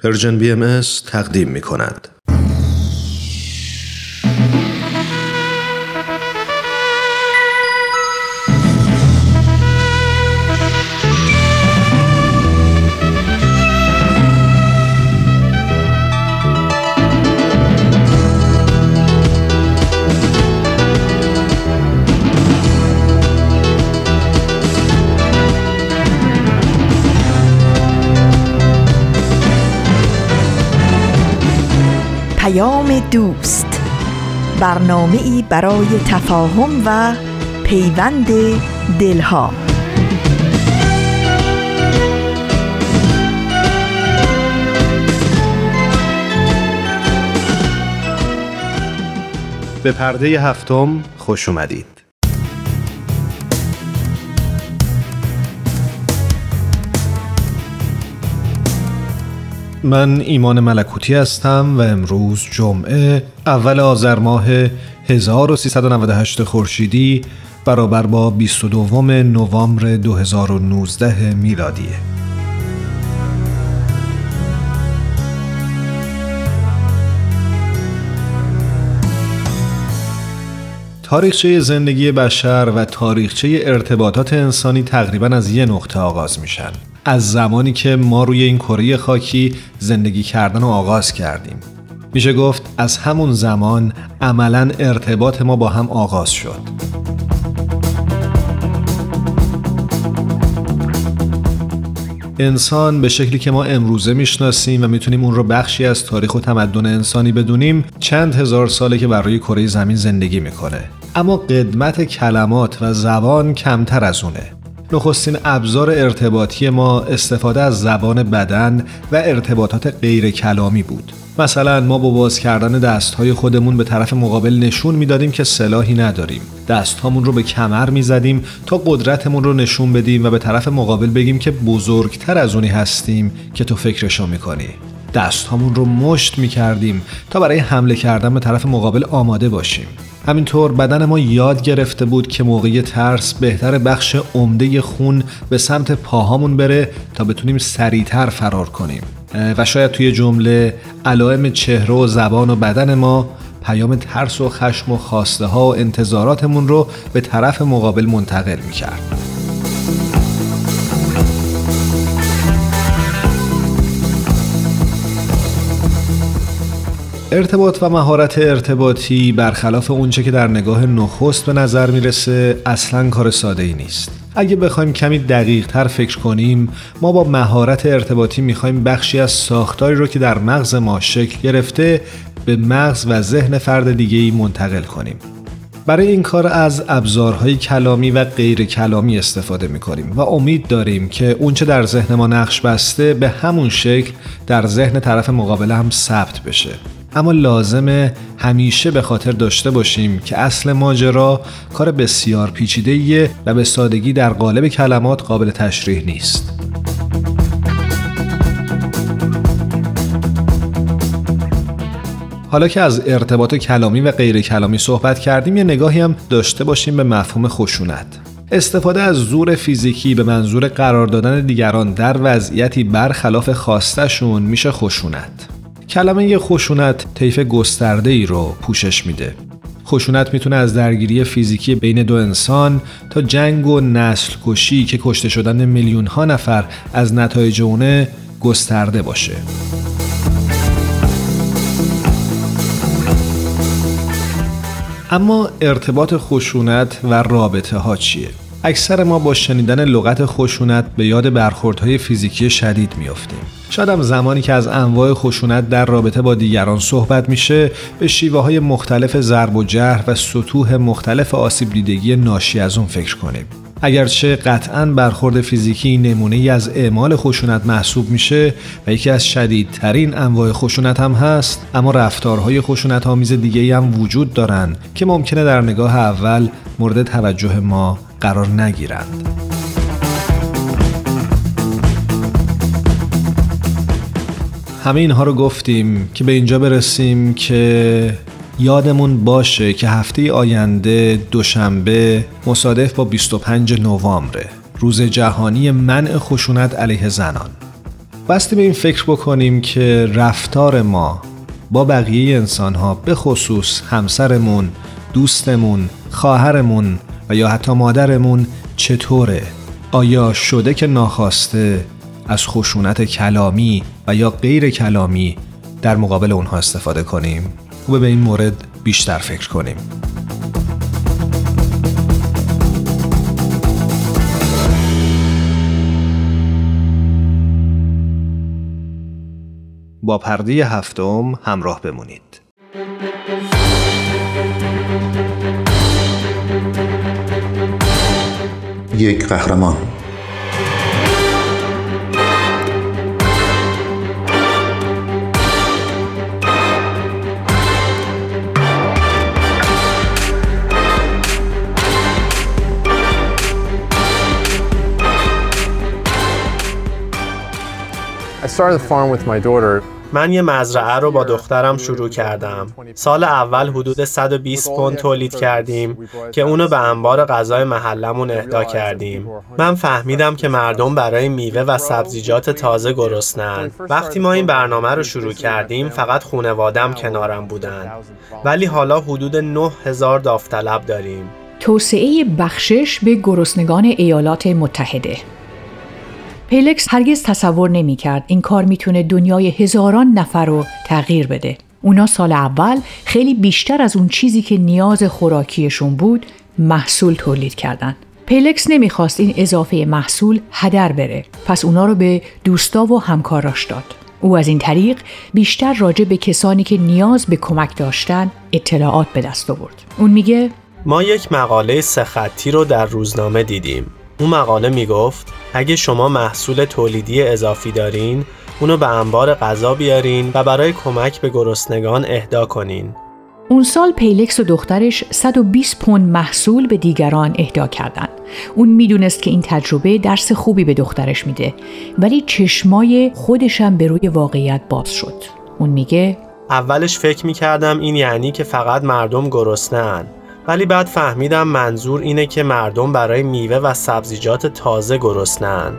پرژن BMS تقدیم می کند. دوست، برنامه‌ای برای تفاهم و پیوند دلها. به پرده هفتم خوش اومدید. من ایمان ملکوتی هستم و امروز جمعه اول آذر ماه 1398 خورشیدی برابر با 22 نوامبر 2019 میلادیه. تاریخچه زندگی بشر و تاریخچه ارتباطات انسانی تقریباً از یه نقطه آغاز میشن. از زمانی که ما روی این کره خاکی زندگی کردن رو آغاز کردیم. میشه گفت از همون زمان عملاً ارتباط ما با هم آغاز شد. انسان به شکلی که ما امروزه میشناسیم و میتونیم اون رو بخشی از تاریخ و تمدن انسانی بدونیم چند هزار ساله که بر روی کره زمین زندگی میکنه. اما قدمت کلمات و زبان کمتر از اونه. نخستین ابزار ارتباطی ما استفاده از زبان بدن و ارتباطات غیر کلامی بود. مثلا ما با باز کردن دستهای خودمون به طرف مقابل نشون میدادیم که سلاحی نداریم. دستهامون رو به کمر میزدیم تا قدرتمون رو نشون بدیم و به طرف مقابل بگیم که بزرگتر از اونی هستیم که تو فکرشو میکنی. دستهامون رو مشت میکردیم تا برای حمله کردن به طرف مقابل آماده باشیم. همینطور بدن ما یاد گرفته بود که موقع ترس بهتر بخش عمده خون به سمت پاهامون بره تا بتونیم سریعتر فرار کنیم. و شاید توی جمله علائم چهره و زبان و بدن ما پیام ترس و خشم و خواسته ها و انتظاراتمون رو به طرف مقابل منتقل می‌کرد. ارتباط و مهارت ارتباطی برخلاف اونچه که در نگاه نخست به نظر میرسه اصلاً کار ساده‌ای نیست. اگه بخوایم کمی دقیق تر فکر کنیم، ما با مهارت ارتباطی میخوایم بخشی از ساختاری رو که در مغز ما شکل گرفته به مغز و ذهن فرد دیگه‌ای منتقل کنیم. برای این کار از ابزارهای کلامی و غیر کلامی استفاده میکنیم و امید داریم که اونچه در ذهن ما نقش بسته به همون شکل در ذهن طرف مقابل هم ثبت بشه. اما لازمه همیشه به خاطر داشته باشیم که اصل ماجرا کار بسیار پیچیده‌ایه و به سادگی در قالب کلمات قابل تشریح نیست. حالا که از ارتباط کلامی و غیر کلامی صحبت کردیم، یه نگاهی هم داشته باشیم به مفهوم خشونت. استفاده از زور فیزیکی به منظور قرار دادن دیگران در وضعیتی برخلاف خواستشون میشه خشونت. کلمه خشونت طیف گسترده‌ای رو پوشش میده. خشونت میتونه از درگیری فیزیکی بین دو انسان تا جنگ و نسل کشی که کشته شدن میلیون ها نفر از نتایج اونه گسترده باشه. اما ارتباط خشونت و رابطه ها چیه؟ اکثر ما با شنیدن لغت خشونت به یاد برخوردهای فیزیکی شدید میافتیم. شاید هم زمانی که از انواع خشونت در رابطه با دیگران صحبت میشه به شیوه‌های مختلف ضرب و جرح و سطوح مختلف آسیب دیدگی ناشی از اون فکر کنیم. اگرچه قطعاً برخورد فیزیکی نمونه‌ای از اعمال خشونت محسوب میشه و یکی از شدیدترین انواع خشونت هم هست، اما رفتارهای خشونت‌آمیز دیگه‌ای هم وجود دارن که ممکنه در نگاه اول مورد توجه ما قرار نگیرند. همه اینها رو گفتیم که به اینجا برسیم که یادمون باشه که هفته آینده دوشنبه مصادف با 25 نوامبر روز جهانی منع خشونت علیه زنان. بسته به این فکر بکنیم که رفتار ما با بقیه انسان‌ها، به خصوص همسرمون، دوستمون، خواهرمون و یا حتی مادرمون چطوره؟ آیا شده که ناخواسته از خشونت کلامی و یا غیر کلامی در مقابل اونها استفاده کنیم؟ خوبه به این مورد بیشتر فکر کنیم. با پرده هفتم همراه بمونید. یک قهرمان. من یه مزرعه رو با دخترم شروع کردم. سال اول حدود 120 پوند تولید کردیم که اونو به انبار غذای محلمون اهدا کردیم. من فهمیدم که مردم برای میوه و سبزیجات تازه گرسنه‌اند. وقتی ما این برنامه رو شروع کردیم فقط خانواده‌ام کنارم بودن. ولی حالا حدود 9000 داوطلب داریم. توسعه بخشش به گرسنگان ایالات متحده. پیلکس هرگز تصور نمی‌کرد این کار میتونه دنیای هزاران نفر رو تغییر بده. اونا سال اول خیلی بیشتر از اون چیزی که نیاز خوراکیشون بود محصول تولید کردن. پیلکس نمیخواست این اضافه محصول هدر بره، پس اونا رو به دوستا و همکاراش داد. او از این طریق بیشتر راجع به کسانی که نیاز به کمک داشتن اطلاعات به دست آورد. اون میگه ما یک مقاله 3 خطی رو در روزنامه دیدیم. اون مقاله میگفت اگه شما محصول تولیدی اضافی دارین، اونو به انبار غذا بیارین و برای کمک به گرسنگان اهدا کنین. اون سال پیلکس و دخترش 120 پوند محصول به دیگران اهدا کردن. اون میدونست که این تجربه درس خوبی به دخترش میده، ولی چشمای خودشم به روی واقعیت باز شد. اون میگه اولش فکر میکردم این یعنی که فقط مردم گرسنه‌اند. ولی بعد فهمیدم منظور اینه که مردم برای میوه و سبزیجات تازه گرسنه‌اند.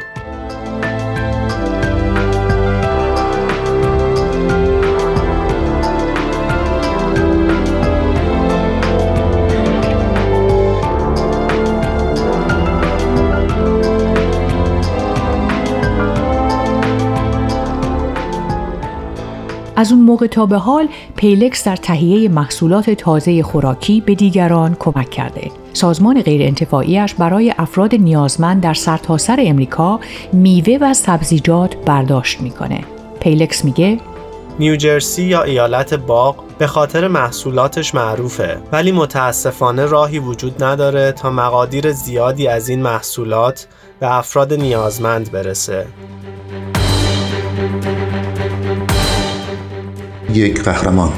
از اون موقع تا به حال پیلکس در تهیه محصولات تازه خوراکی به دیگران کمک کرده. سازمان غیرانتفاعیش برای افراد نیازمند در سرتاسر امریکا میوه و سبزیجات برداشت میکنه. پیلکس میگه نیوجرسی یا ایالت باغ به خاطر محصولاتش معروفه، ولی متاسفانه راهی وجود نداره تا مقادیر زیادی از این محصولات به افراد نیازمند برسه. یک قهرمان.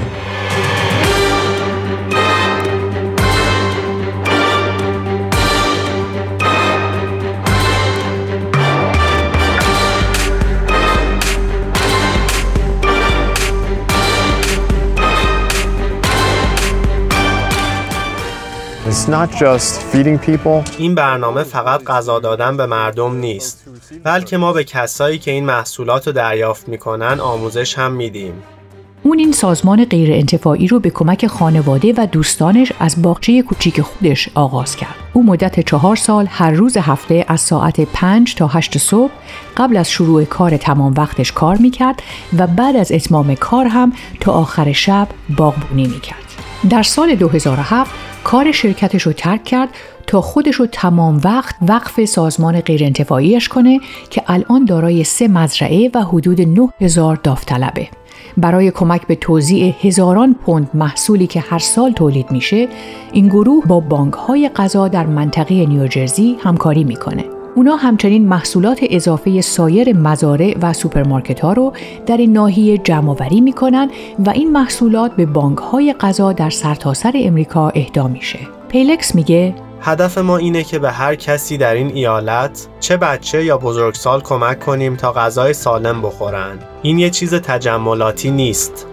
این برنامه فقط غذا دادن به مردم نیست، بلکه ما به کسایی که این محصولات رو دریافت میکنن آموزش هم میدیم. اون این سازمان غیرانتفاعی رو به کمک خانواده و دوستانش از باغچه کوچیک خودش آغاز کرد. او مدت 4 سال هر روز هفته از ساعت 5 تا 8 صبح قبل از شروع کار تمام وقتش کار میکرد و بعد از اتمام کار هم تا آخر شب باغبونی میکرد. در سال 2007 کار شرکتش رو ترک کرد تا خودش رو تمام وقت وقف سازمان غیرانتفاعیش کنه که الان دارای 3 مزرعه و حدود 9000 داوطلبه. برای کمک به توزیع هزاران پوند محصولی که هر سال تولید میشه، این گروه با بانک‌های غذا در منطقه نیوجرسی همکاری میکنه. اونا همچنین محصولات اضافه سایر مزارع و سوپرمارکت‌ها رو در این ناحیه جمع‌آوری میکنن و این محصولات به بانک‌های غذا در سرتاسر امریکا اهدا میشه. پیلکس میگه هدف ما اینه که به هر کسی در این ایالت، چه بچه یا بزرگسال، کمک کنیم تا غذای سالم بخورن. این یه چیز تجملاتی نیست.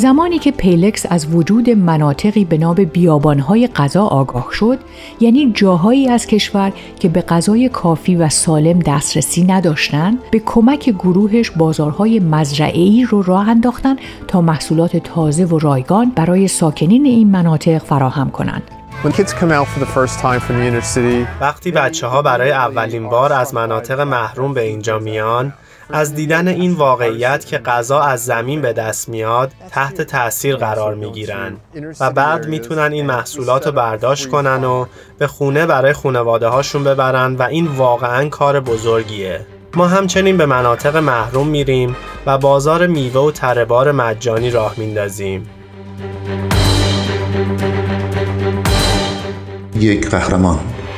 زمانی که پیلکس از وجود مناطقی به نام بیابان‌های غذا آگاه شد، یعنی جاهایی از کشور که به غذای کافی و سالم دسترسی نداشتند، به کمک گروهش بازارهای مزرعه‌ای رو راه انداختن تا محصولات تازه و رایگان برای ساکنین این مناطق فراهم کنند. وقتی بچه‌ها برای اولین بار از مناطق محروم به اینجا میان، از دیدن این واقعیت که غذا از زمین به دست میاد تحت تأثیر قرار میگیرن و بعد میتونن این محصولات رو برداشت کنن و به خونه برای خانواده هاشون ببرن و این واقعاً کار بزرگیه. ما همچنین به مناطق محروم میریم و بازار میوه و تره‌بار مجانی راه میندازیم. یک قهرمان.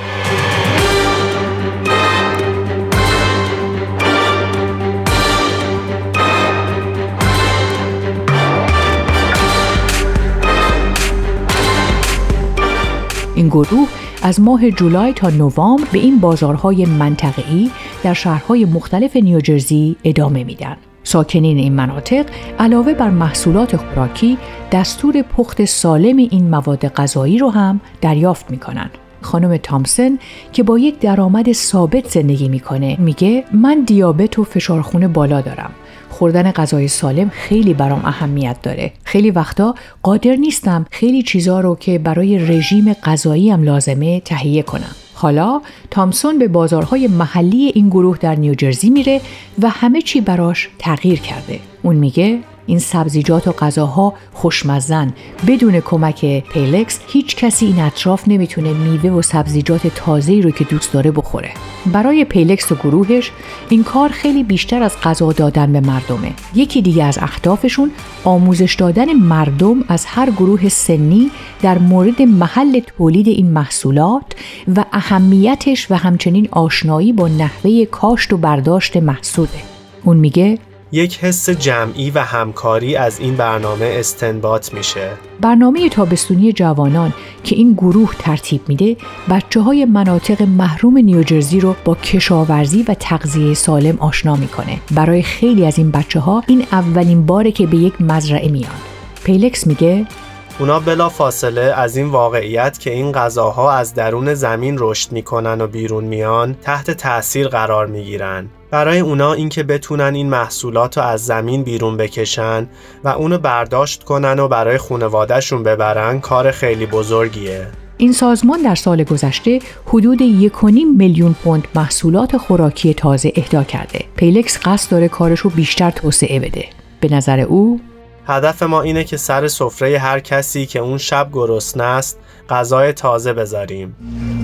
این گروه از ماه جولای تا نوامبر به این بازارهای منطقه‌ای در شهرهای مختلف نیوجرسی ادامه میدن. ساکنین این مناطق علاوه بر محصولات خوراکی، دستور پخت سالم این مواد غذایی رو هم دریافت میکنن. خانم تامسون که با یک درآمد ثابت زندگی میکنه میگه من دیابت و فشار خون بالا دارم. خوردن غذای سالم خیلی برام اهمیت داره. خیلی وقتا قادر نیستم خیلی چیزا رو که برای رژیم غذایی هم لازمه تهیه کنم. حالا تامسون به بازارهای محلی این گروه در نیوجرسی میره و همه چی براش تغییر کرده. اون میگه این سبزیجات و غذاها خوشمزن. بدون کمک پیلکس هیچ کسی این اطراف نمیتونه میوه و سبزیجات تازه‌ای رو که دوست داره بخوره. برای پیلکس و گروهش این کار خیلی بیشتر از غذا دادن به مردمه. یکی دیگه از اهدافشون آموزش دادن مردم از هر گروه سنی در مورد محل تولید این محصولات و اهمیتش و همچنین آشنایی با نحوه کاشت و برداشت محصوله. اون میگه یک حس جمعی و همکاری از این برنامه استنباط میشه. برنامه تابستونی جوانان که این گروه ترتیب میده، بچه‌های مناطق محروم نیوجرسی رو با کشاورزی و تغذیه سالم آشنا میکنه. برای خیلی از این بچه‌ها این اولین باره که به یک مزرعه میان. پیلکس میگه اونا بلا فاصله از این واقعیت که این غذاها از درون زمین رشد میکنن و بیرون میان تحت تأثیر قرار میگیرن. برای اونا این که بتونن این محصولات رو از زمین بیرون بکشن و اونو برداشت کنن و برای خانواده‌شون ببرن کار خیلی بزرگیه. این سازمان در سال گذشته حدود 1.5 میلیون پوند محصولات خوراکی تازه اهدا کرده. پیلکس قصد داره کارش رو بیشتر توسعه بده. به نظر او هدف ما اینه که سر سفره هر کسی که اون شب گرسنه است غذای تازه بذاریم.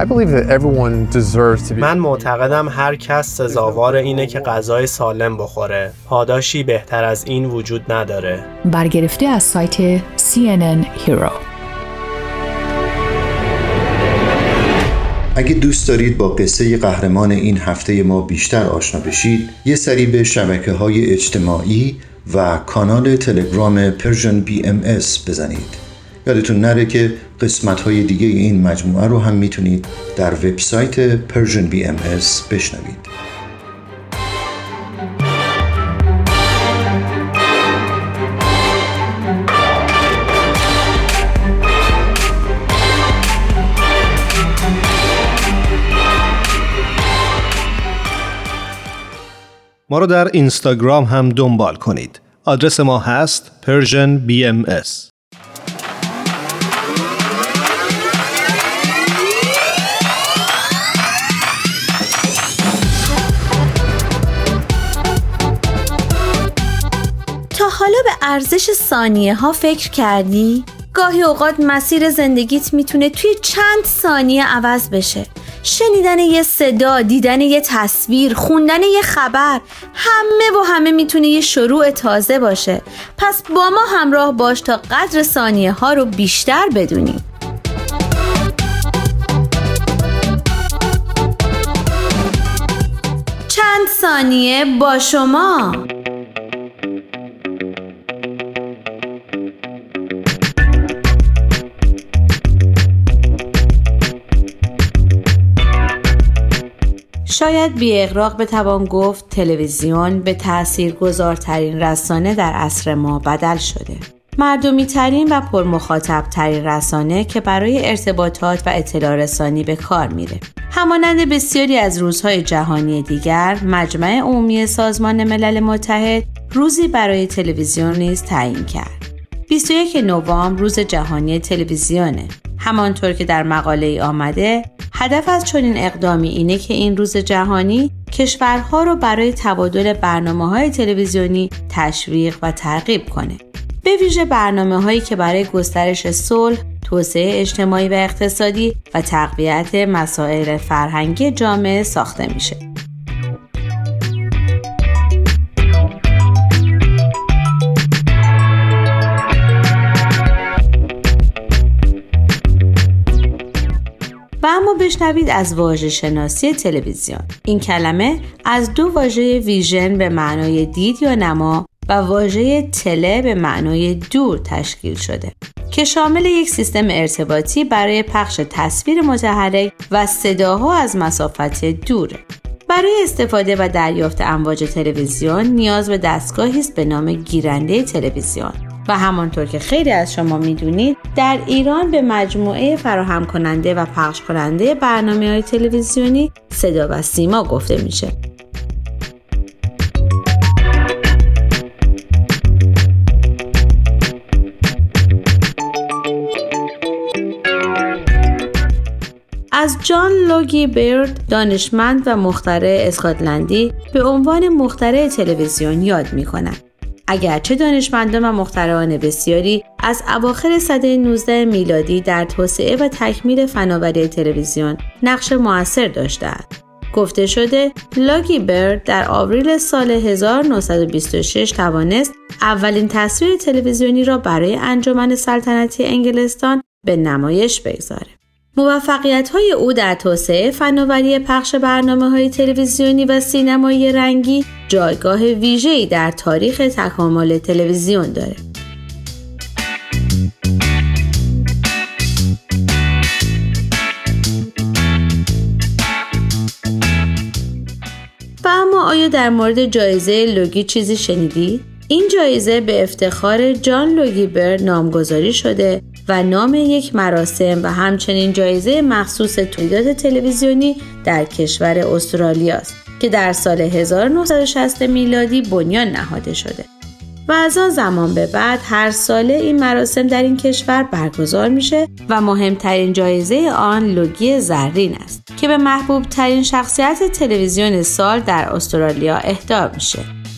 من معتقدم هر کس سزاوار اینه که غذای سالم بخوره. پاداشی بهتر از این وجود نداره. برگرفته از سایت CNN Hero. اگه دوست دارید با قصه قهرمان این هفته ما بیشتر آشنا بشید، یه سری به شبکه‌های اجتماعی و کانال تلگرام پرژن BMS بزنید. یادتون نره که قسمت‌های دیگه این مجموعه رو هم میتونید در وبسایت پرژن BMS بشنوید. ما رو در اینستاگرام هم دنبال کنید. آدرس ما هست Persian BMS. تا حالا به ارزش ثانیه ها فکر کردی؟ گاهی اوقات مسیر زندگیت میتونه توی چند ثانیه عوض بشه. شنیدن یه صدا، دیدن یه تصویر، خوندن یه خبر، همه میتونه یه شروع تازه باشه. پس با ما همراه باش تا قدر ثانیه ها رو بیشتر بدونیم. چند ثانیه با شما. شاید بی اغراق بتوان گفت تلویزیون به تأثیرگذارترین رسانه در عصر ما بدل شده. مردمی ترین و پرمخاطب ترین رسانه که برای ارتباطات و اطلاع رسانی به کار میره. همانند بسیاری از روزهای جهانی دیگر، مجمع عمومی سازمان ملل متحد روزی برای تلویزیون نیز تعیین کرد. 21 نوامبر روز جهانی تلویزیونه. همانطور که در مقاله ای آمده، هدف از چنین اقدامی اینه که این روز جهانی کشورها رو برای تبادل برنامه‌های تلویزیونی تشویق و ترغیب کنه. به ویژه برنامه‌هایی که برای گسترش صلح، توسعه اجتماعی و اقتصادی و تقویت مسائل فرهنگی جامعه ساخته میشه. و اما بشنوید از واژه شناسی تلویزیون. این کلمه از دو واژه ویژن به معنای دید یا نما و واژه تله به معنای دور تشکیل شده که شامل یک سیستم ارتباطی برای پخش تصویر متحرک و صداها از مسافت دوره. برای استفاده و دریافت امواج تلویزیون نیاز به دستگاهی است به نام گیرنده تلویزیون و همانطور که خیلی از شما میدونید در ایران به مجموعه فراهم کننده و پخش کننده برنامه‌های تلویزیونی صدا و سیما گفته میشه. از جان لوگی برد، دانشمند و مخترع اسکاتلندی، به عنوان مخترع تلویزیون یاد می‌کنند. اگرچه دانشمندان و مخترعان بسیاری از اواخر سده 19 میلادی در توسعه و تکمیل فناوری تلویزیون نقش مؤثر داشتند. گفته شده لاگی برد در آوریل سال 1926 توانست اولین تصویر تلویزیونی را برای انجمن سلطنتی انگلستان به نمایش بگذارد. موفقیت‌های او در توسعه فناوری پخش برنامه‌های تلویزیونی و سینمایی رنگی جایگاه ویژه‌ای در تاریخ تکامل تلویزیون دارد. و اما آیا در مورد جایزه لوگی چیزی شنیدید؟ این جایزه به افتخار جان لوگی برد نامگذاری شده و نام یک مراسم و همچنین جایزه مخصوص تولیدات تلویزیونی در کشور استرالیا است که در سال 1960 میلادی بنیان نهاده شده و از آن زمان به بعد هر ساله این مراسم در این کشور برگزار میشه و مهمترین جایزه آن لوگی زرین است که به محبوب ترین شخصیت تلویزیون سال در استرالیا اهدا میشه.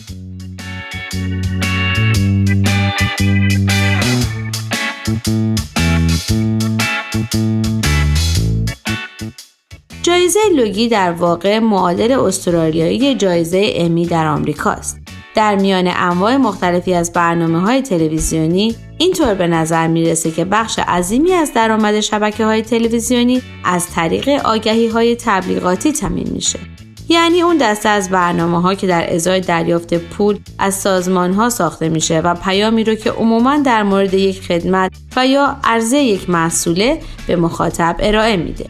جایزه لوگی در واقع معادل استرالیایی جایزه امی در آمریکاست. در میان انواع مختلفی از برنامه‌های تلویزیونی اینطور به نظر میرسه که بخش عظیمی از درآمد شبکه‌های تلویزیونی از طریق آگهی‌های تبلیغاتی تامین میشه. یعنی اون دسته از برنامه‌ها که در ازای دریافت پول از سازمان‌ها ساخته میشه و پیامی رو که عموماً در مورد یک خدمت و یا عرضه یک محصوله به مخاطب ارائه میده.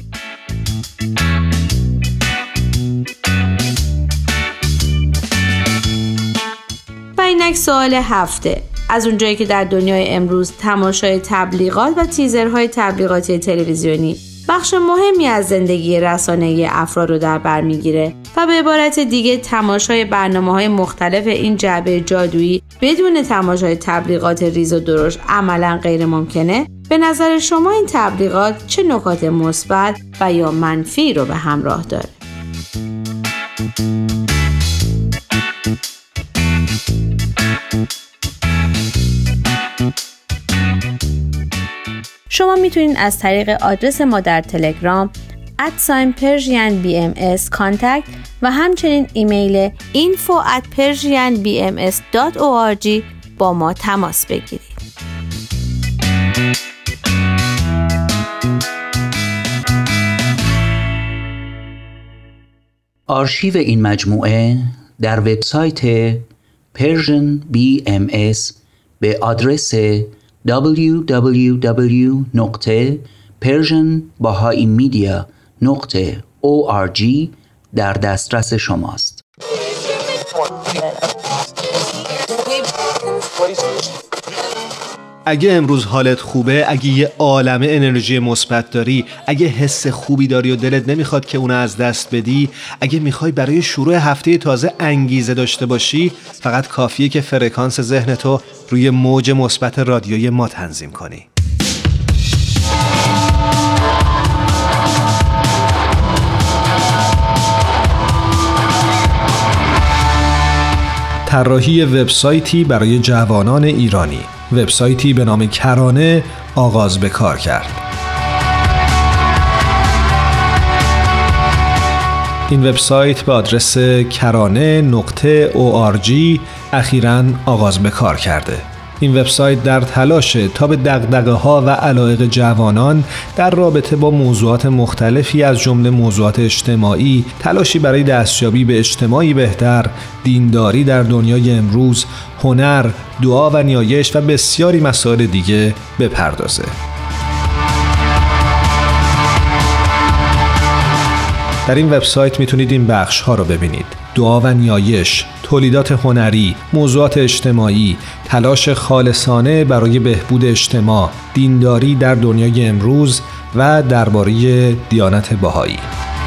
و اینک سوال هفته. از اونجایی که در دنیای امروز تماشای تبلیغات و تیزرهای تبلیغاتی تلویزیونی بخش مهمی از زندگی رسانه‌ای افراد رو در بر میگیره و به عبارت دیگه تماشای برنامه‌های مختلف این جعبه جادویی بدون تماشای تبلیغات ریز و درشت عملاً غیر ممکنه، به نظر شما این تبلیغات چه نکات مثبت و یا منفی رو به همراه داره؟ شما میتونید از طریق آدرس ما در تلگرام @persianbms کانتکت و همچنین ایمیل info@persianbms.org با ما تماس بگیرید. آرشیو این مجموعه در وبسایت Persian BMS به آدرس www.persianbahaimedia.org در دسترس شماست. اگه امروز حالت خوبه، اگه یه عالمه انرژی مثبت داری، اگه حس خوبی داری و دلت نمیخواد که اونو از دست بدی، اگه میخوای برای شروع هفته تازه انگیزه داشته باشی، فقط کافیه که فرکانس ذهنتو روی موج مثبت رادیوی ما تنظیم کنی. طراحی وبسایتی برای جوانان ایرانی، وبسایتی به نام کرانه آغاز به کار کرد. این وبسایت به آدرس کرانه.org اخیراً آغاز به کار کرده. این وبسایت در تلاشه تا به دغدغه‌ها و علایق جوانان در رابطه با موضوعات مختلفی از جمله موضوعات اجتماعی، تلاشی برای دستیابی به اجتماعی بهتر، دینداری در دنیای امروز، هنر، دعا و نیایش و بسیاری مسائل دیگه بپردازه. در این وبسایت میتونید این بخش ها رو ببینید: دعا و نیایش، تولیدات هنری، موضوعات اجتماعی، تلاش خالصانه برای بهبود اجتماع، دینداری در دنیای امروز و درباره دیانت بهایی.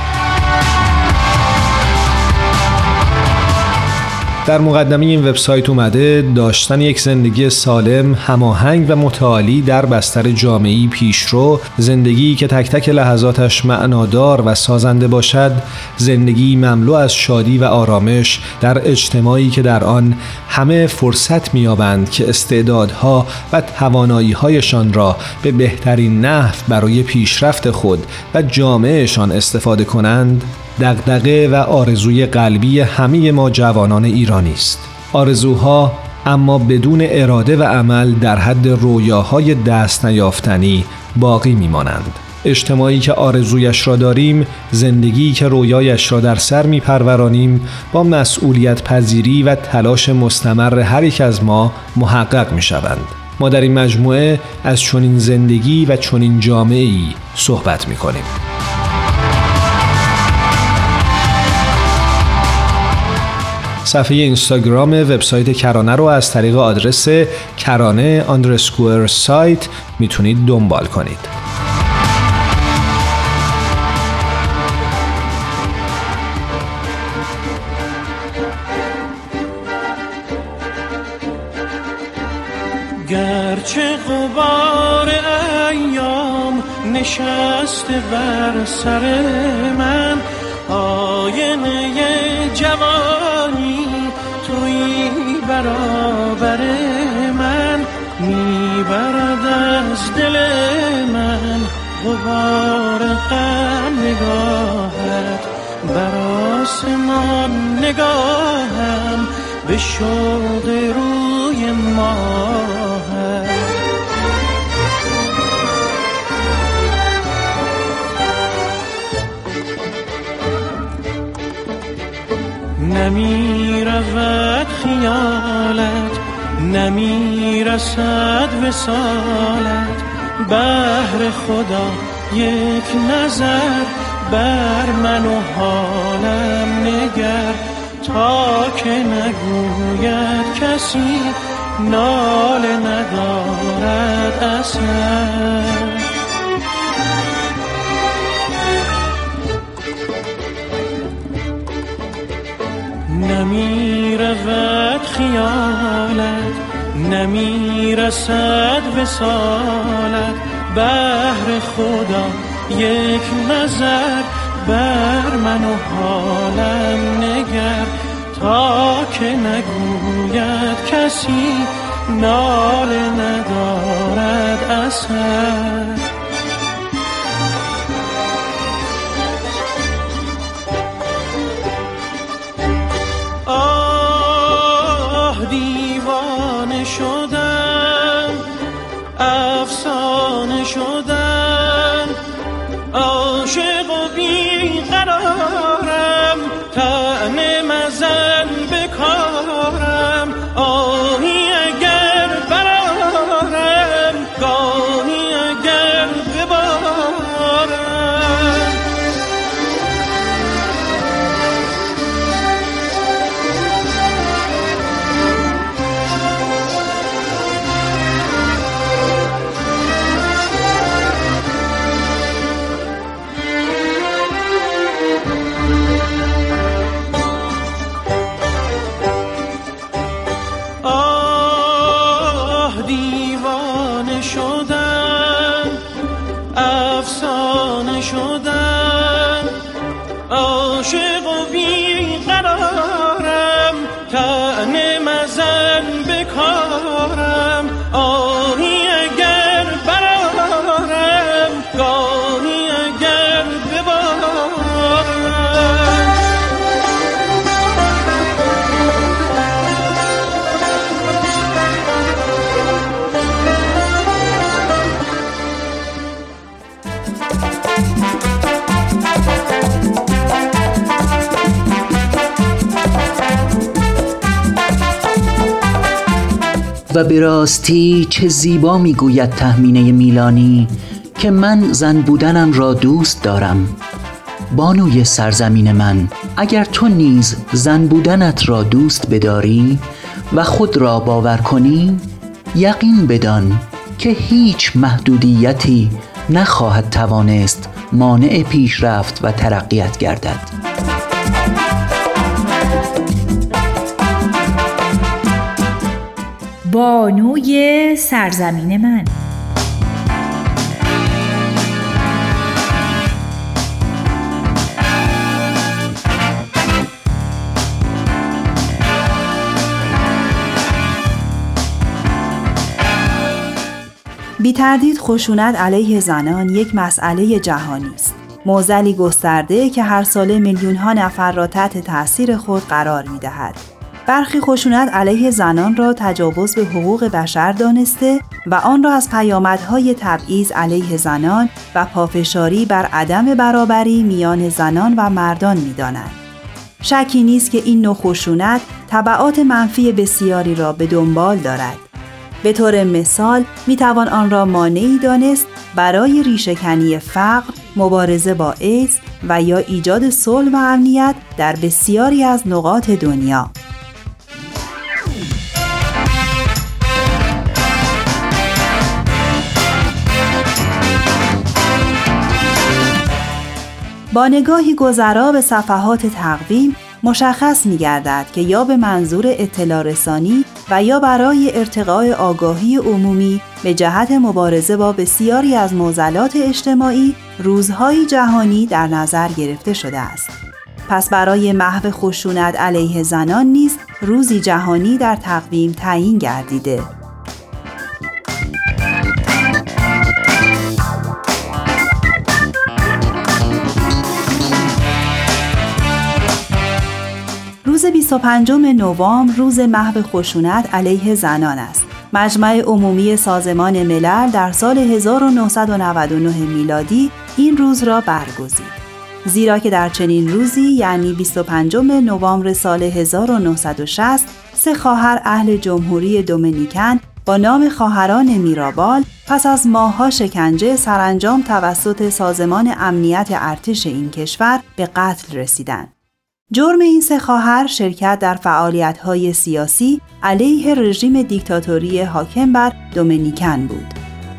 در مقدمه این وبسایت اومده داشتن یک زندگی سالم، هماهنگ و متعالی در بستر جامعه‌ای پیشرو، زندگی که تک تک لحظاتش معنادار و سازنده باشد، زندگی مملو از شادی و آرامش در اجتماعی که در آن همه فرصت می‌یابند که استعدادها و توانایی‌هایشان را به بهترین نحو برای پیشرفت خود و جامعهشان استفاده کنند، دغدغه و آرزوی قلبی همه ما جوانان ایرانی است. آرزوها اما بدون اراده و عمل در حد رویاهای دست نیافتنی باقی میمانند. اجتماعی که آرزویش را داریم، زندگی که رویایش را در سر میپرورانیم، با مسئولیت پذیری و تلاش مستمر هر یک از ما محقق میشوند. ما در این مجموعه از چنین زندگی و چنین جامعه‌ای صحبت میکنیم. صفحه اینستاگرام وبسایت کرانه رو از طریق آدرس کرانه_site میتونید دنبال کنید. گرچه غبار ایام نشسته بر سر من، آینه جوانی تویی برابر من، میبرد از دل من غبار غم نگاهت، بر آسمان نگاهم به شوق روی ماهت. نمی رود خیالت، نمی رسد وصالت، بهر خدا یک نظر بر من و حالم نگر، تا که نگوید کسی ناله ندارد اثر. نمی رود خیالت، نمی رسد وصالت، بهر خدا یک نظر بر من و حالم نگر، تا که نگوید کسی ناله ندارد اثر. دیوانه شدم، افسانه شدم، عاشق و بیقرارم، طعنه مزن به کارم، آهی اگر برارم، گاهی اگر ببارم. و به راستی چه زیبا میگوید تهمینه میلانی که من زن بودنم را دوست دارم. بانوی سرزمین من، اگر تو نیز زن بودنت را دوست بداری و خود را باور کنی، یقین بدان که هیچ محدودیتی نخواهد توانست مانع پیشرفت و ترقیت گردد. بانوی سرزمین من. بی تردید خشونت علیه زنان یک مسئله جهانی است. معضلی گسترده که هر ساله میلیون‌ها نفر را تحت تأثیر خود قرار می‌دهد. برخی خشونت علیه زنان را تجاوز به حقوق بشر دانسته و آن را از پیامدهای تبعیض علیه زنان و پافشاری بر عدم برابری میان زنان و مردان می‌دانند. شکی نیست که این نوع خشونت تبعات منفی بسیاری را به دنبال دارد. به طور مثال میتوان آن را مانعی دانست برای ریشه‌کنی فقر، مبارزه با ایدز و یا ایجاد صلح و امنیت در بسیاری از نقاط دنیا. با نگاهی گذرا به صفحات تقویم مشخص می‌گردد که یا به منظور اطلاع رسانی و یا برای ارتقاء آگاهی عمومی به جهت مبارزه با بسیاری از معضلات اجتماعی روزهای جهانی در نظر گرفته شده است. پس برای محو خشونت علیه زنان نیز روزی جهانی در تقویم تعیین گردیده. روز 25 نوامبر روز محو خشونت علیه زنان است. مجمع عمومی سازمان ملل در سال 1999 میلادی این روز را برگزید. زیرا که در چنین روزی یعنی 25 نوامبر سال 1960 سه خواهر اهل جمهوری دومینیکن با نام خواهران میرابال پس از ماه‌ها شکنجه سرانجام توسط سازمان امنیت ارتش این کشور به قتل رسیدند. جرم این سه خواهر شرکت در فعالیت‌های سیاسی علیه رژیم دیکتاتوری حاکم بر دومینیکن بود.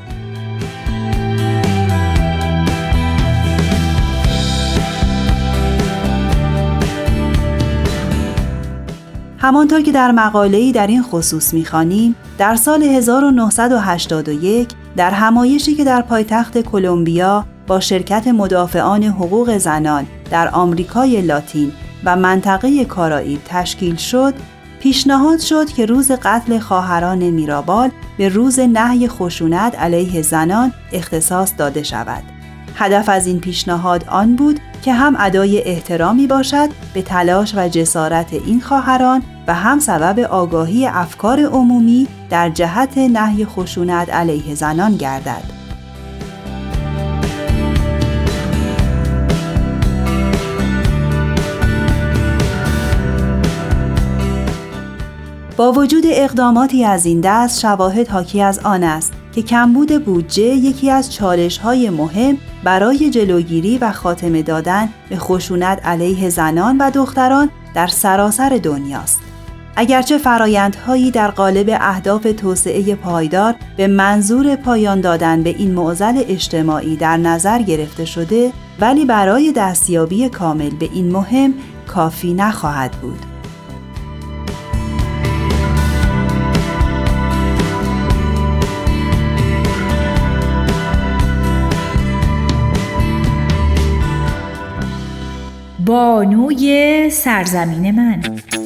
همانطور که در مقاله‌ای در این خصوص می‌خوانیم، در سال 1981 در همایشی که در پایتخت کلمبیا با شرکت مدافعان حقوق زنان در آمریکای لاتین و منطقه کارائیب تشکیل شد، پیشنهاد شد که روز قتل خواهران میرابال به روز نهی خشونت علیه زنان اختصاص داده شود. هدف از این پیشنهاد آن بود که هم ادای احترامی باشد به تلاش و جسارت این خواهران و هم سبب آگاهی افکار عمومی در جهت نهی خشونت علیه زنان گردد. با وجود اقداماتی از این دست، شواهد حاکی از آن است که کمبود بودجه یکی از چالش‌های مهم برای جلوگیری و خاتمه دادن به خشونت علیه زنان و دختران در سراسر دنیاست. اگرچه فرآیندهایی در قالب اهداف توسعه پایدار به منظور پایان دادن به این معضل اجتماعی در نظر گرفته شده، ولی برای دستیابی کامل به این مهم کافی نخواهد بود. بانوی سرزمین من.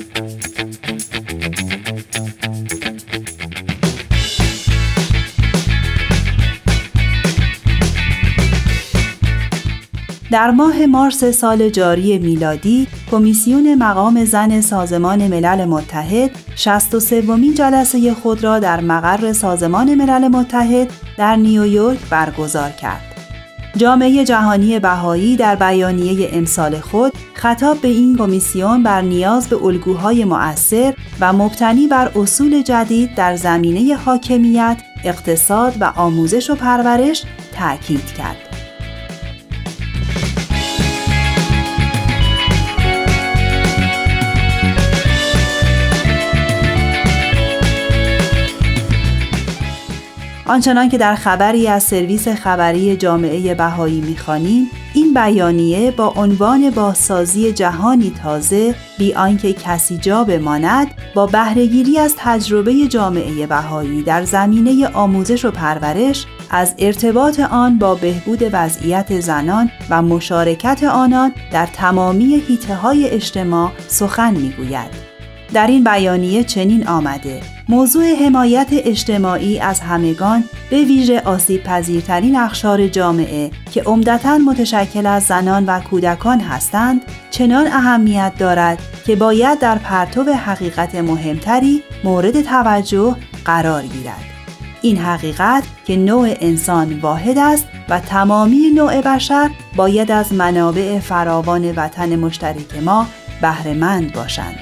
در ماه مارس سال جاری میلادی، کمیسیون مقام زن سازمان ملل متحد 63مین جلسه خود را در مقر سازمان ملل متحد در نیویورک برگزار کرد. جامعه جهانی بهایی در بیانیه امسال خود خطاب به این کمیسیون بر نیاز به الگوهای مؤثر و مبتنی بر اصول جدید در زمینه حاکمیت، اقتصاد و آموزش و پرورش تأکید کرد. آنچنان که در خبری از سرویس خبری جامعه بهایی می‌خوانیم، این بیانیه با عنوان بازسازی جهانی تازه بی آنکه کسی جا بماند، با بهره‌گیری از تجربه جامعه بهایی در زمینه آموزش و پرورش، از ارتباط آن با بهبود وضعیت زنان و مشارکت آنان در تمامی حیطه‌های اجتماع سخن می‌گوید. در این بیانیه چنین آمده: موضوع حمایت اجتماعی از همگان، به ویژه آسیب‌پذیرترین اقشار جامعه که عمدتاً متشکل از زنان و کودکان هستند، چنان اهمیت دارد که باید در پرتو حقیقت مهمتری مورد توجه قرار گیرد. این حقیقت که نوع انسان واحد است و تمامی نوع بشر باید از منابع فراوان وطن مشترک ما بهره‌مند باشند.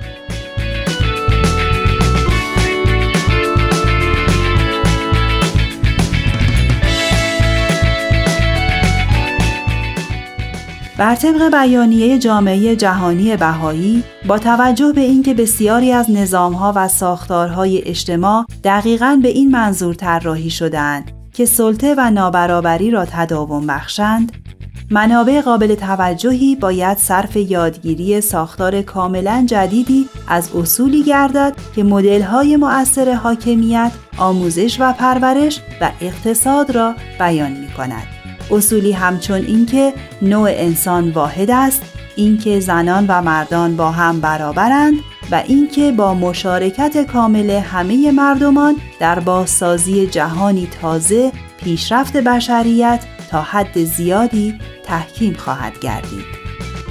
بر طبق بیانیه جامعه جهانی بهایی، با توجه به اینکه بسیاری از نظام‌ها و ساختارهای اجتماع دقیقاً به این منظور طراحی شده‌اند که سلطه و نابرابری را تداوم بخشند، منابع قابل توجهی باید صرف یادگیری ساختار کاملاً جدیدی از اصولی گردد که مدل‌های مؤثر حاکمیت، آموزش و پرورش و اقتصاد را بیان می‌کند. اصولی همچون اینکه نوع انسان واحد است، اینکه زنان و مردان با هم برابرند و اینکه با مشارکت کامل همه مردمان در بازسازی جهانی تازه، پیشرفت بشریت تا حد زیادی تحکیم خواهد گردید.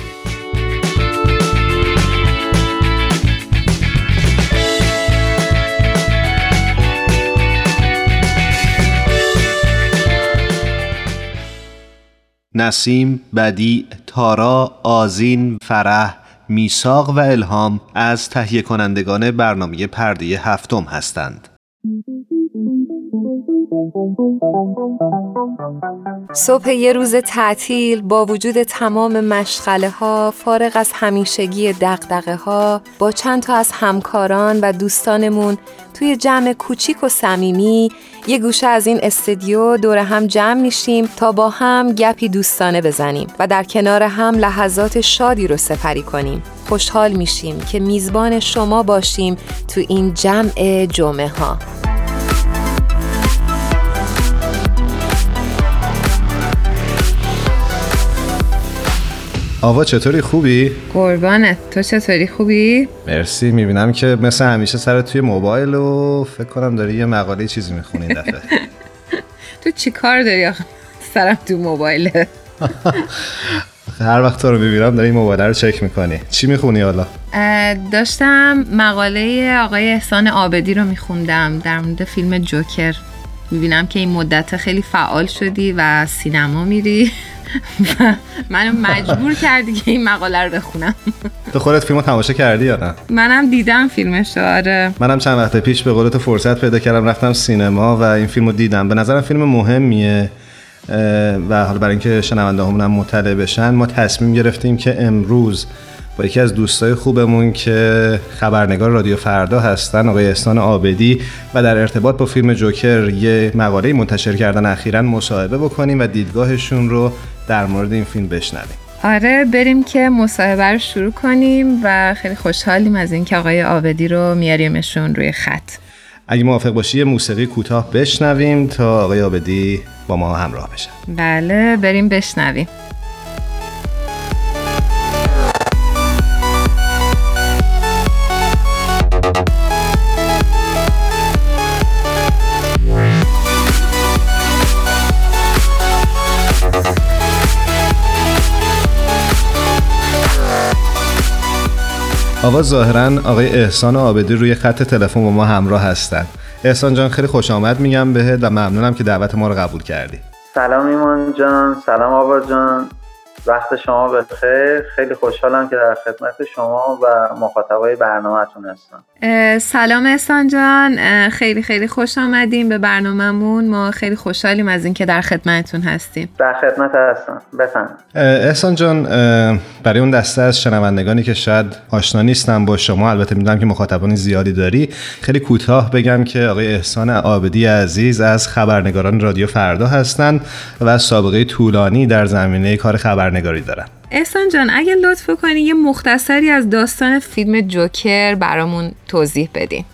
نسیم، بدیع، تارا، آذین، فرح، میثاق و الهام از تهیه کنندگان برنامه پرده هفتم هستند. صبح یه روز تعطیل با وجود تمام مشغله ها، فارغ از همیشگی دغدغه ها، با چند تا از همکاران و دوستانمون توی جمع کوچیک و صمیمی یه گوشه از این استودیو دور هم جمع میشیم تا با هم گپی دوستانه بزنیم و در کنار هم لحظات شادی رو سپری کنیم. خوشحال میشیم که میزبان شما باشیم تو این جمع جمعه ها. آوا چطوری، خوبی؟ قربانت، تو چطوری، خوبی؟ مرسی. میبینم که مثل همیشه سرت توی موبایل و فکر کنم داری یه مقاله چیزی میخونی این دفعه. تو چی کار داری آخه سرم تو موبایله؟ هر وقت تو رو میبینم داری این موبایل رو چک میکنی. چی میخونی حالا؟ داشتم مقاله آقای احسان عابدی رو میخوندم در مورد فیلم جوکر. میبینم که این مدت خیلی فعال شدی و سینما میری و منو مجبور کردی که این مقاله رو بخونم. تو خودت فیلمو تماشا کردی یا نه؟ منم دیدم فیلمش. آره، منم چند وقت پیش به قولت فرصت پیدا کردم رفتم سینما و این فیلمو دیدم. به نظرم فیلم مهمیه و حالا برای اینکه شنونده‌هامون هم مطلع بشن، ما تصمیم گرفتیم که امروز با یکی از دوستای خوبمون که خبرنگار رادیو فردا هستن، آقای احسان عابدی، و در ارتباط با فیلم جوکر یه مقاله منتشر کردن اخیراً مصاحبه بکنیم و دیدگاهشون رو در مورد این فیلم بشنویم. آره، بریم که مصاحبه رو شروع کنیم و خیلی خوشحالیم از اینکه آقای عابدی رو میاریمشون روی خط. اگه موافق باشی یه موسیقی کوتاه بشنویم تا آقای عابدی با ما همراه بشن. بله، بریم بشنویم. آوا ظاهراً آقای احسان عابدی روی خط تلفن با ما همراه هستن. احسان جان خیلی خوش آمد میگم بهت و ممنونم که دعوت ما رو قبول کردی. سلام ایمان جان، سلام آوا جان، وقت شما بخیر. خیلی خوشحالم که در خدمت شما و مخاطبای برنامه‌تون هستم. سلام احسان جان، خیلی خوش آمدیم به برنامه‌مون. ما خیلی خوشحالیم از اینکه در خدمتتون هستیم. در خدمت هستم، بفرمایید. احسان جان، برای اون دسته از شنوندگانی که شاید آشنا نیستن با شما، البته میدونم که مخاطبان زیادی داری، خیلی کوتاه بگم که آقای احسان عابدی عزیز از خبرنگاران رادیو فردا هستند و سابقه طولانی در زمینه کار خبرنگاری دارن. احسان جان، اگه لطف کنی یه مختصری از داستان فیلم جوکر برامون توضیح بدین.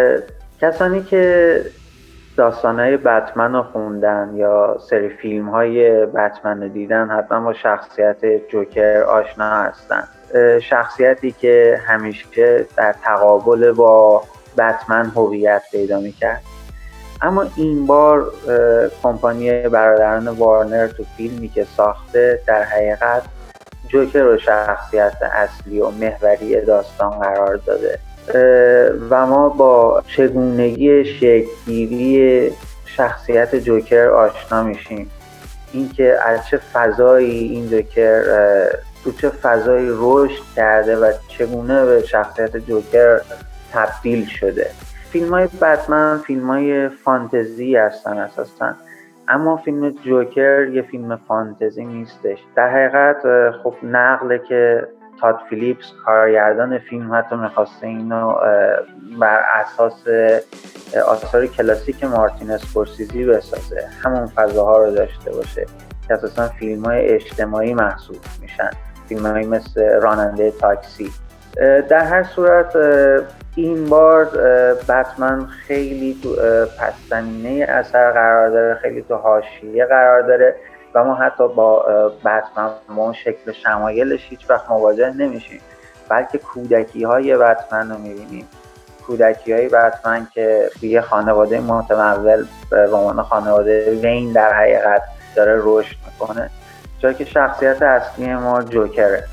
کسانی که داستانهای بتمن رو خوندن یا سری فیلم‌های بتمن رو دیدن حتما با شخصیت جوکر آشنا هستن. شخصیتی که همیشه در تقابل با بتمن هویت پیدا می‌کرد. اما این بار کمپانی برادران وارنر تو فیلمی که ساخته در حقیقت جوکر رو شخصیت اصلی و محوری داستان قرار داده و ما با چگونگی شکل‌گیری شخصیت جوکر آشنا میشیم. اینکه از چه فضایی این جوکر تو چه فضایی رشد کرده و چگونه به شخصیت جوکر تبدیل شده. فیلم‌های بتمن فیلم‌های فانتزی هستن اساساً، اما فیلم جوکر یه فیلم فانتزی نیستش. در حقیقت خب نقله که تاد فیلیپس کارگردان فیلم حتی می‌خواسته اینو بر اساس آثار کلاسیک مارتین اسکورسیزی بسازه، همون فضاها رو داشته باشه که اساساً فیلم‌های اجتماعی محسوب میشن، فیلم‌هایی مثل راننده تاکسی. در هر صورت این بار بتمن خیلی تو پس زمینه اثر قرار داره، خیلی تو حاشیه قرار داره و ما حتی با بتمن با شکل شمایلش هیچ وقت مواجه نمیشیم، بلکه کودکی‌های بتمن رو میبینیم. کودکی‌های بتمن که توی خانواده متمول به عنوان خانواده وین در حقیقت داره رشد میکنه، جایی که شخصیت اصلی ما جوکره.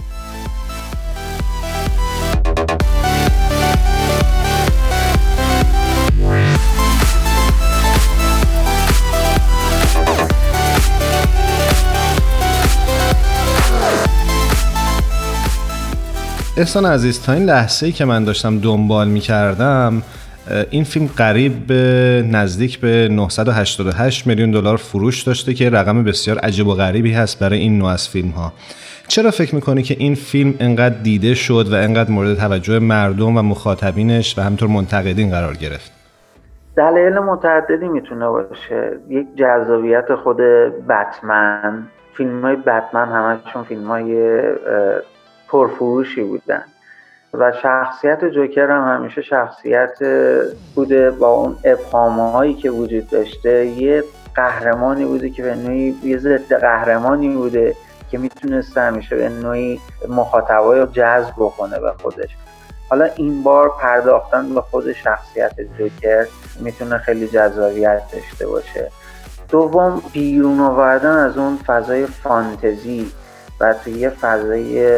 احسان عزیز، تا این لحظه‌ای که من داشتم دنبال می‌کردم این فیلم قریب به نزدیک به 988 میلیون دلار فروش داشته که رقم بسیار عجیب و غریبی هست برای این نوع از فیلم‌ها. چرا فکر می‌کنی که این فیلم انقدر دیده شد و انقدر مورد توجه مردم و مخاطبینش و همینطور منتقدین قرار گرفت؟ دلایل متعددی میتونه باشه. یک جذابیت خود بتمن، فیلم‌های بتمن همشون فیلم‌های پرفروشی بودن و شخصیت جوکر هم همیشه شخصیت بوده با اون ابهام‌هایی که وجود داشته، یه قهرمانی بوده که به نوعی یه ضد قهرمانی بوده که میتونسته همیشه به نوعی مخاطبای رو جذب بکنه به خودش. حالا این بار پرداختن به خود شخصیت جوکر میتونه خیلی جذابیت داشته باشه. دوم، بیرون آوردن از اون فضای فانتزی و توی یه فضای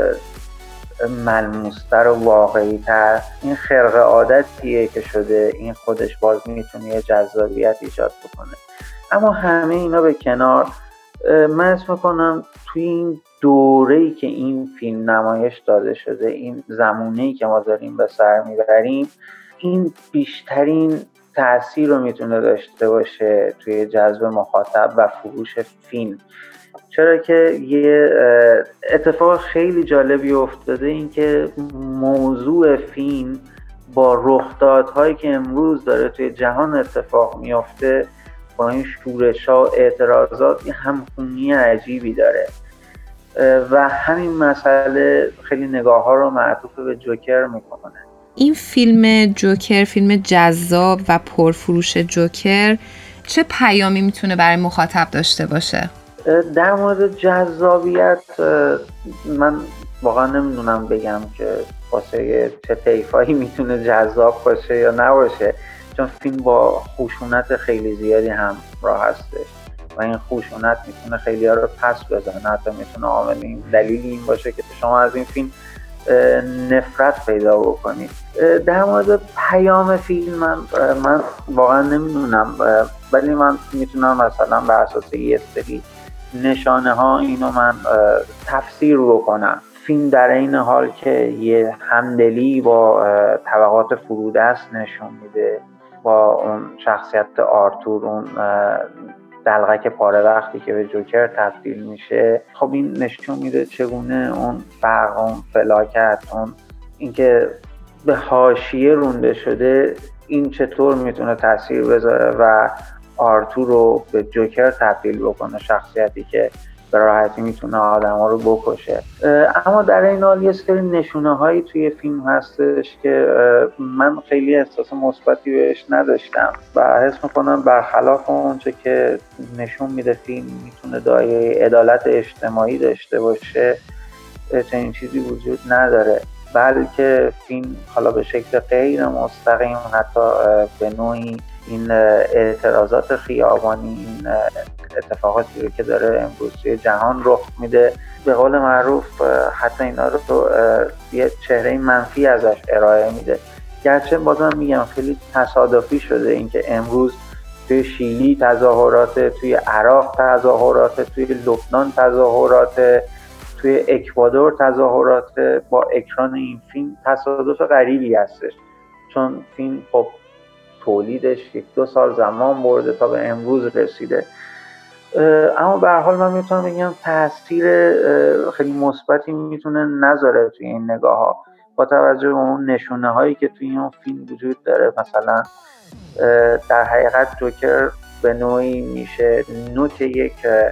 ملموس‌تر و واقعی‌تر، این خرق عادتیه که شده، این خودش باز میتونه یه جذابیت ایجاد بکنه. اما همه اینا به کنار، من اسم میکنم توی این دوره‌ای که این فیلم نمایش داده شده، این زمونه‌ای که ما داریم به سر میبریم، این بیشترین تأثیر رو میتونه داشته باشه توی جذب مخاطب و فروش فیلم. چرا که یه اتفاق خیلی جالبی افتاده، این که موضوع فیلم با رخدادهایی که امروز داره توی جهان اتفاق میفته، با این شورش‌ها و اعتراضات یه همخونی عجیبی داره و همین مسئله خیلی نگاه‌ها رو معطوف به جوکر میکنه. این فیلم جوکر، فیلم جذاب و پرفروش جوکر، چه پیامی میتونه برای مخاطب داشته باشه؟ در مورد جذابیت من واقعا نمیدونم بگم که واسه چه طیفایی میتونه جذاب باشه یا نباشه، چون فیلم با خشونت خیلی زیادی همراه هستش و این خشونت میتونه خیلی ها رو پس بزنه. حتی میتونه عامل این دلیل این باشه که شما از این فیلم نفرت پیدا بکنید. در مورد پیام فیلم من واقعا نمیدونم، ولی من میتونم مثلا بر اساس یه سری نشانه ها اینو من تفسیر بکنم. فیلم در این حال که یه همدلی با طبقات فرودست نشون میده، با اون شخصیت آرتور، اون دلغک پاره وقتی که به جوکر تبدیل میشه، خب این نشون میده چگونه اون فرق، اون فلاکت، اون اینکه به حاشیه رونده شده این چطور میتونه تاثیر بذاره و آرتور رو به جوکر تبدیل بکنه، شخصیتی که به راحتی میتونه آدم ها رو بکشه. اما در این حال یه سری نشونه هایی توی فیلم هستش که من خیلی احساس مثبتی بهش نداشتم و حس میکنم برخلاف اونچه که نشون میده فیلم میتونه دایره عدالت اجتماعی داشته باشه، چنین چیزی وجود نداره، بلکه فیلم حالا به شکل غیر مستقیم حتی به نوعی این اعتراضات خیابانی، این اتفاقاتی رو که داره امروز توی جهان رخ میده، به قول معروف حتی اینا رو یه چهره منفی ازش ارائه میده. گرچه بازم میگم خیلی تصادفی شده اینکه امروز توی شیلی تظاهرات، توی عراق تظاهرات، توی لبنان تظاهرات، توی اکوادور تظاهرات، با اکران این فیلم تصادف غریبی هستش، چون فیلم خب تولیدش 1-2 سال زمان برده تا به امروز رسیده. اما به هر حال من میتونم بگم تاثیر خیلی مثبتی میتونه نذاره توی این نگاه ها، با توجه به اون نشونه هایی که توی این فیلم وجود داره. مثلا در حقیقت جوکر به نوعی میشه نوک یک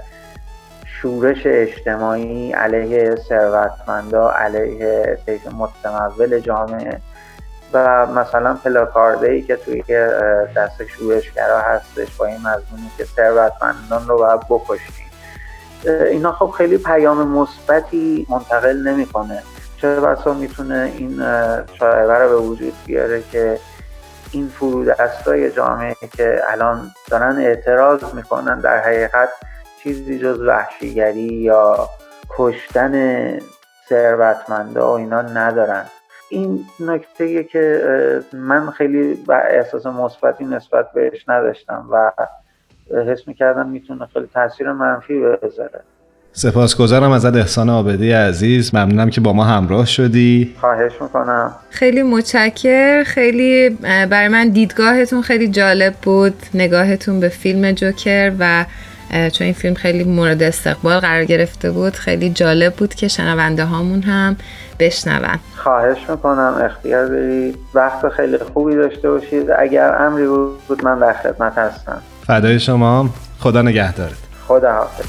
شورش اجتماعی علیه ثروتمندا، علیه طیف متمول جامعه، و مثلا پلاکارده‌ای که توی دست شورشگرا هستش با این مضمونی که ثروتمندان رو باید بکشیم، اینا خب خیلی پیام مثبتی منتقل نمی‌کنه. چه بسا میتونه این شایعه رو به وجود بیاره که این فرودستای جامعه که الان دارن اعتراض میکنن در حقیقت چیزی جز وحشیگری یا کشتن ثروتمندا و اینا ندارن. این نکته‌ایه که من خیلی احساس مثبتی نسبت بهش نداشتم و حس می‌کردم میتونه خیلی تاثیر منفی بذاره. سپاسگزارم ازت احسان عابدی عزیز، ممنونم که با ما همراه شدی. خواهش میکنم. خیلی متشکرم. خیلی برای من دیدگاهتون خیلی جالب بود، نگاهتون به فیلم جوکر، و چون این فیلم خیلی مورد استقبال قرار گرفته بود خیلی جالب بود که شنونده هامون هم بشنون. خواهش میکنم، اختیار دارید. وقت خیلی خوبی داشته باشید. اگر امری بود من در خدمت هستم. فدای شما، خدا نگهدارت. خدا حافظ.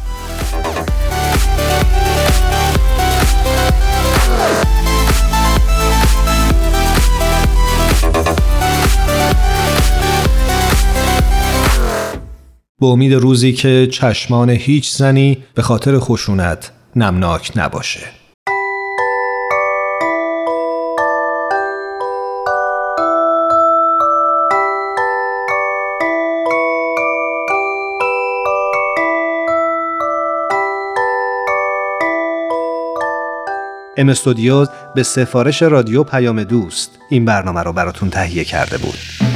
به امید روزی که چشمان هیچ زنی به خاطر خشونت نمناک نباشه. ام استودیوز به سفارش رادیو پیام دوست این برنامه رو براتون تهیه کرده بود.